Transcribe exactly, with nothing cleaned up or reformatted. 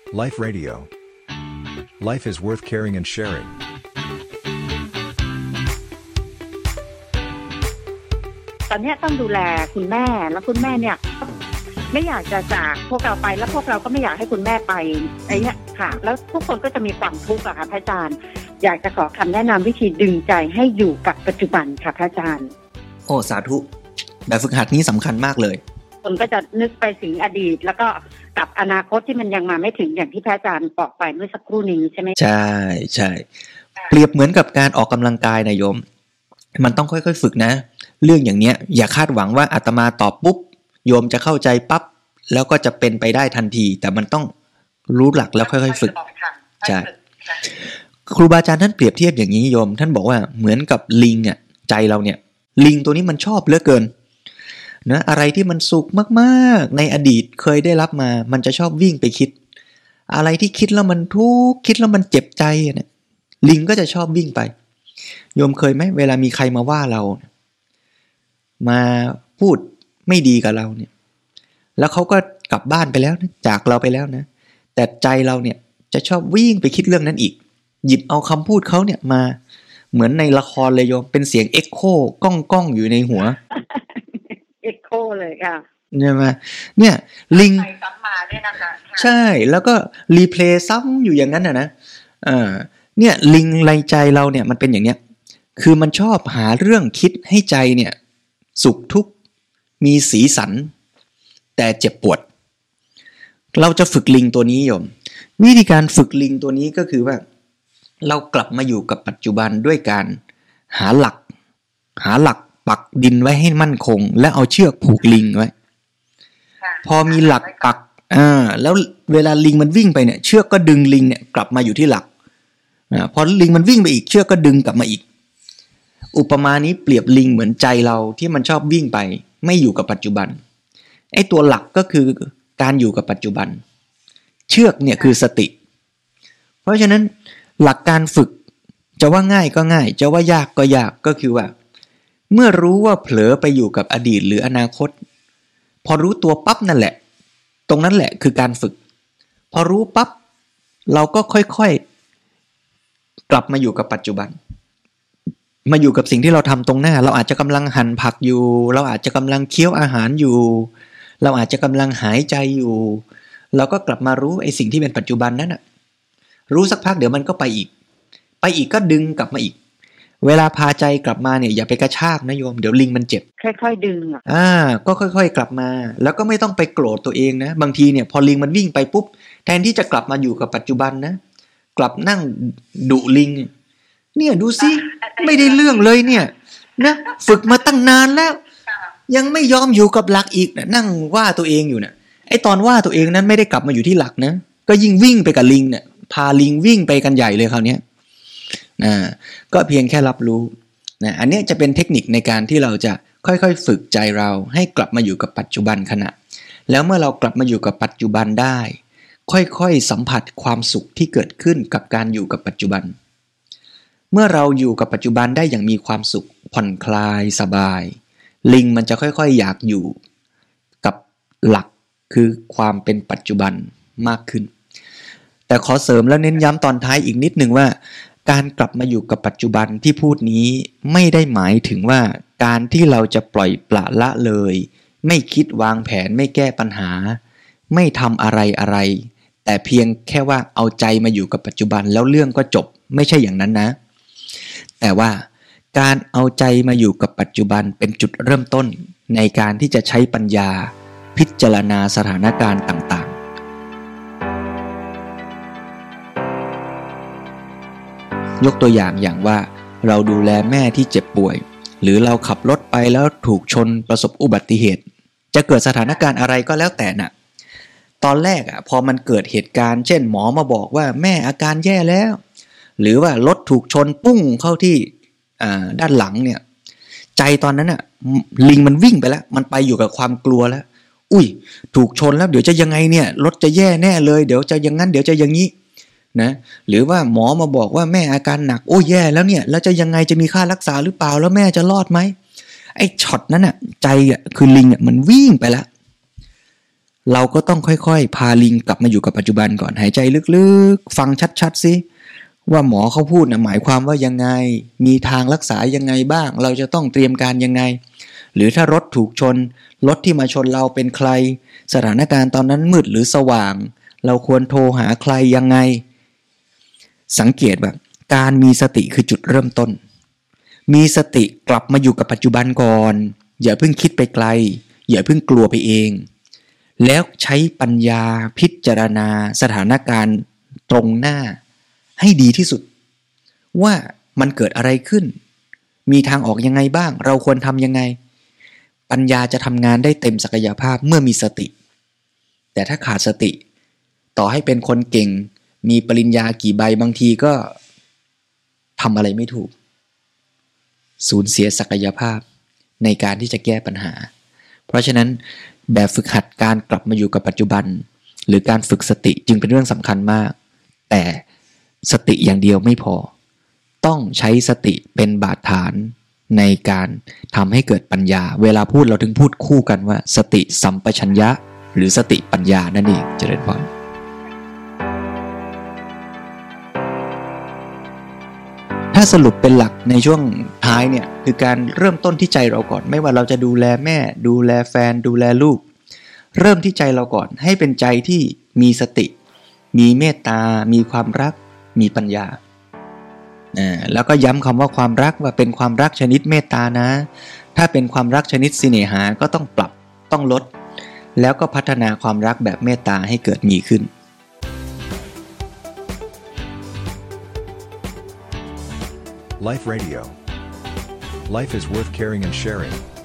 Life Radio. Life is worth caring and sharing. ตอนนี้ต้องดูแลคุณแม่แล้วคุณแม่เนี่ยไม่อยากจะจากพวกเราไปแล้วพวกเราก็ไม่อยากให้คุณแม่ไปไอ้เนี้ยค่ะแล้วทุกคนก็จะมีความทุกข์อะค่ะพระอาจารย์อยากจะขอคำแนะนำวิธีดึงใจให้อยู่กับปัจจุบันค่ะพระอาจารย์โอ้สาธุแบบฝึกหัดนี้สำคัญมากเลยคนก็จะนึกไปถึงอดีตแล้วก็กับอนาคตที่มันยังมาไม่ถึงอย่างที่พระอาจารย์บอกไปเมื่อสักครู่นี้ใช่ไหมใช่ใช่เปรียบเหมือนกับการออกกำลังกายนะโยมมันต้องค่อยๆฝึกนะเรื่องอย่างเนี้ยอย่าคาดหวังว่าอาตมาตอบปุ๊บโยมจะเข้าใจปั๊บแล้วก็จะเป็นไปได้ทันทีแต่มันต้องรู้หลักแล้วค่อยๆฝึกใช่ครูบาอาจารย์ท่านเปรียบเทียบอย่างนี้โยมท่านบอกว่าเหมือนกับลิงอ่ะใจเราเนี่ยลิงตัวนี้มันชอบเหลือเกินนะอะไรที่มันสุขมากๆในอดีตเคยได้รับมามันจะชอบวิ่งไปคิดอะไรที่คิดแล้วมันทุกข์คิดแล้วมันเจ็บใจเนี่ยลิงก็จะชอบวิ่งไปโยมเคยไหมเวลามีใครมาว่าเรามาพูดไม่ดีกับเราเนี่ยแล้วเขาก็กลับบ้านไปแล้วนะจากเราไปแล้วนะแต่ใจเราเนี่ยจะชอบวิ่งไปคิดเรื่องนั้นอีกหยิบเอาคำพูดเขาเนี่ยมาเหมือนในละครเลยโยมเป็นเสียงเอ็กโคก้องก้องอยู่ในหัวเอ็กโคเลยค่ะเนี่ยมาเนี่ยลิงซ้ำมาเนี่ยนะคะใช่แล้วก็รีเพลย์ซ้ำอยู่อย่างนั้นนะนะอ่าเนี่ยลิงในใจเราเนี่ยมันเป็นอย่างเนี้ยคือมันชอบหาเรื่องคิดให้ใจเนี่ยสุขทุกข์มีสีสันแต่เจ็บปวดเราจะฝึกลิงตัวนี้โยมวิธีการฝึกลิงตัวนี้ก็คือว่าเรากลับมาอยู่กับปัจจุบันด้วยการหาหลักหาหลักปักดินไว้ให้มั่นคงและเอาเชือกผูกลิงไว้พอมีหลักปักอ่าแล้วเวลาลิงมันวิ่งไปเนี่ยเชือกก็ดึงลิงเนี่ยกลับมาอยู่ที่หลักอ่าพอลิงมันวิ่งไปอีกเชือกก็ดึงกลับมาอีกอุปมานี้เปรียบลิงเหมือนใจเราที่มันชอบวิ่งไปไม่อยู่กับปัจจุบันไอ้ตัวหลักก็คือการอยู่กับปัจจุบันเชือกเนี่ยคือสติเพราะฉะนั้นหลักการฝึกจะว่าง่ายก็ง่ายจะว่ายากก็ยากก็คือว่าเมื่อรู้ว่าเผลอไปอยู่กับอดีตหรืออนาคตพอรู้ตัวปั๊บนั่นแหละตรงนั้นแหละคือการฝึกพอรู้ปั๊บเราก็ค่อยๆกลับมาอยู่กับปัจจุบันมาอยู่กับสิ่งที่เราทำตรงหน้าเราอาจจะกำลังหั่นผักอยู่เราอาจจะกำลังเคี้ยวอาหารอยู่เราอาจจะกำลังหายใจอยู่เราก็กลับมารู้ไอ้สิ่งที่เป็นปัจจุบันนั้นน่ะรู้สักพักเดี๋ยวมันก็ไปอีกไปอีกก็ดึงกลับมาอีกเวลาพาใจกลับมาเนี่ยอย่าไปกระชากนะโยมเดี๋ยวลิงมันเจ็บค่อยๆดึงอ่ะอ่าก็ค่อยๆกลับมาแล้วก็ไม่ต้องไปโกรธตัวเองนะบางทีเนี่ยพอลิงมันวิ่งไปปุ๊บแทนที่จะกลับมาอยู่กับปัจจุบันนะกลับนั่งดุลิงเนี่ยดูสิไม่ได้เรื่องเลยเนี่ยนะฝึกมาตั้งนานแล้วยังไม่ยอมอยู่กับหลักอีกนะนั่งว่าตัวเองอยู่นะไอ้ตอนว่าตัวเองนั้นไม่ได้กลับมาอยู่ที่หลักนะก็ยิ่งวิ่งไปกับลิงเนี่ยพาลิงวิ่งไปกันใหญ่เลยคราวนี้นะก็เพียงแค่รับรู้นะอันนี้จะเป็นเทคนิคในการที่เราจะค่อยๆฝึกใจเราให้กลับมาอยู่กับปัจจุบันขณะแล้วเมื่อเรากลับมาอยู่กับปัจจุบันได้ค่อยๆสัมผัสความสุขที่เกิดขึ้นกับการอยู่กับปัจจุบันเมื่อเราอยู่กับปัจจุบันได้อย่างมีความสุขผ่อนคลายสบายลิงมันจะค่อยๆอยากอยู่กับหลักคือความเป็นปัจจุบันมากขึ้นแต่ขอเสริมและเน้นย้ำตอนท้ายอีกนิดนึงว่าการกลับมาอยู่กับปัจจุบันที่พูดนี้ไม่ได้หมายถึงว่าการที่เราจะปล่อยปละละเลยไม่คิดวางแผนไม่แก้ปัญหาไม่ทำอะไรอะไรแต่เพียงแค่ว่าเอาใจมาอยู่กับปัจจุบันแล้วเรื่องก็จบไม่ใช่อย่างนั้นนะแต่ว่าการเอาใจมาอยู่กับปัจจุบันเป็นจุดเริ่มต้นในการที่จะใช้ปัญญาพิจารณาสถานการณ์ต่างๆยกตัวอย่างอย่างว่าเราดูแลแม่ที่เจ็บป่วยหรือเราขับรถไปแล้วถูกชนประสบอุบัติเหตุจะเกิดสถานการณ์อะไรก็แล้วแต่น่ะตอนแรกอ่ะพอมันเกิดเหตุการณ์เช่นหมอมาบอกว่าแม่อาการแย่แล้วหรือว่ารถถูกชนปุ้งเข้าที่ด้านหลังเนี่ยใจตอนนั้นน่ะลิงมันวิ่งไปแล้วมันไปอยู่กับความกลัวแล้วอุ้ยถูกชนแล้วเดี๋ยวจะยังไงเนี่ยรถจะแย่แน่เลยเดี๋ยวจะอย่างนั้นเดี๋ยวจะอย่างนี้นะหรือว่าหมอมาบอกว่าแม่อาการหนักโอ้ยแย่แล้วเนี่ยแล้วจะยังไงจะมีค่ารักษาหรือเปล่าแล้วแม่จะรอดไหมไอ้ช็อตนั้นน่ะใจอ่ะคือลิงอ่ะมันวิ่งไปแล้วเราก็ต้องค่อยๆพาลิงกลับมาอยู่กับปัจจุบันก่อนหายใจลึกๆฟังชัดๆสิว่าหมอเขาพูดนะหมายความว่ายังไงมีทางรักษายังไงบ้างเราจะต้องเตรียมการยังไงหรือถ้ารถถูกชนรถที่มาชนเราเป็นใครสถานการณ์ตอนนั้นมืดหรือสว่างเราควรโทรหาใครยังไงสังเกตแบบการมีสติคือจุดเริ่มต้นมีสติกลับมาอยู่กับปัจจุบันก่อนอย่าเพิ่งคิดไปไกลอย่าเพิ่งกลัวไปเองแล้วใช้ปัญญาพิจารณาสถานการณ์ตรงหน้าให้ดีที่สุดว่ามันเกิดอะไรขึ้นมีทางออกยังไงบ้างเราควรทำยังไงปัญญาจะทำงานได้เต็มศักยภาพเมื่อมีสติแต่ถ้าขาดสติต่อให้เป็นคนเก่งมีปริญญากี่ใบบางทีก็ทำอะไรไม่ถูกสูญเสียศักยภาพในการที่จะแก้ปัญหาเพราะฉะนั้นแบบฝึกหัดการกลับมาอยู่กับปัจจุบันหรือการฝึกสติจึงเป็นเรื่องสำคัญมากแต่สติอย่างเดียวไม่พอต้องใช้สติเป็นบาดฐานในการทำให้เกิดปัญญาเวลาพูดเราถึงพูดคู่กันว่าสติสัมปชัญญะหรือสติปัญญานั่นเองเจริญพรถ้าสรุปเป็นหลักในช่วงท้ายเนี่ยคือการเริ่มต้นที่ใจเราก่อนไม่ว่าเราจะดูแลแม่ดูแลแฟนดูแลลูกเริ่มที่ใจเราก่อนให้เป็นใจที่มีสติมีเมตตามีความรักมีปัญญาอ่าแล้วก็ย้ำคำว่าความรักว่าเป็นความรักชนิดเมตตานะถ้าเป็นความรักชนิดสิเนหาก็ต้องปรับต้องลดแล้วก็พัฒนาความรักแบบเมตตาให้เกิดมีขึ้น Life Radio. Life is worth caring and sharing.